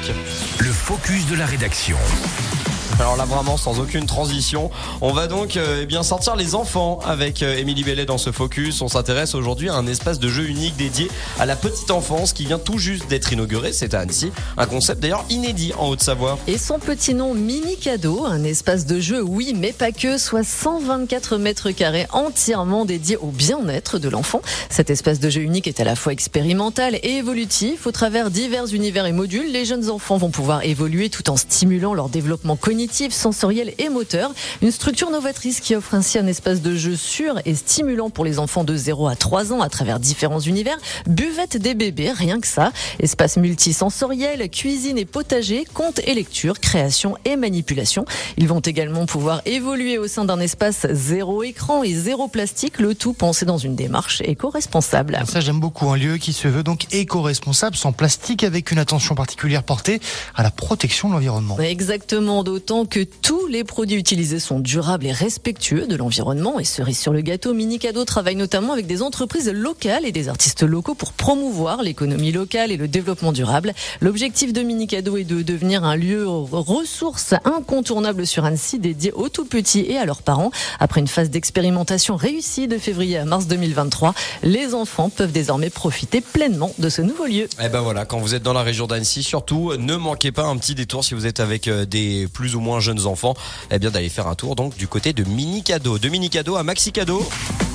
musique. Le focus de la rédaction. Alors là vraiment sans aucune transition, on va donc sortir les enfants avec Émilie Bellet dans ce focus. On s'intéresse aujourd'hui à un espace de jeu unique dédié à la petite enfance qui vient tout juste d'être inauguré, c'est à Annecy. Un concept d'ailleurs inédit en Haute-Savoie. Et son petit nom Mini Cadeau, un espace de jeu, oui mais pas que, soit 124 mètres carrés entièrement dédié au bien-être de l'enfant. Cet espace de jeu unique est à la fois expérimental et évolutif. Au travers divers univers et modules, les jeunes enfants vont pouvoir évoluer tout en stimulant leur développement cognitif, sensoriel et moteur. Une structure novatrice qui offre ainsi un espace de jeu sûr et stimulant pour les enfants de 0 à 3 ans à travers différents univers. Buvette des bébés, rien que ça. Espace multisensoriel, cuisine et potager, contes et lecture, création et manipulation. Ils vont également pouvoir évoluer au sein d'un espace zéro écran et zéro plastique, le tout pensé dans une démarche éco-responsable. Ça, j'aime beaucoup. Un lieu qui se veut donc éco-responsable, sans plastique, avec une attention particulière portée à la protection de l'environnement. Exactement, d'autant que tous les produits utilisés sont durables et respectueux de l'environnement. Et cerise sur le gâteau, Mini Cadeau travaille notamment avec des entreprises locales et des artistes locaux pour promouvoir l'économie locale et le développement durable. L'objectif de Mini Cadeau est de devenir un lieu ressource incontournable sur Annecy, dédié aux tout petits et à leurs parents. Après une phase d'expérimentation réussie de février à mars 2023, les enfants peuvent désormais profiter pleinement de ce nouveau lieu. Et ben voilà, quand vous êtes dans la région d'Annecy, surtout ne manquez pas un petit détour si vous êtes avec des plus ou moins jeunes enfants, d'aller faire un tour donc du côté de Mini Cadeau. De Mini Cadeau à Maxi Cadeau.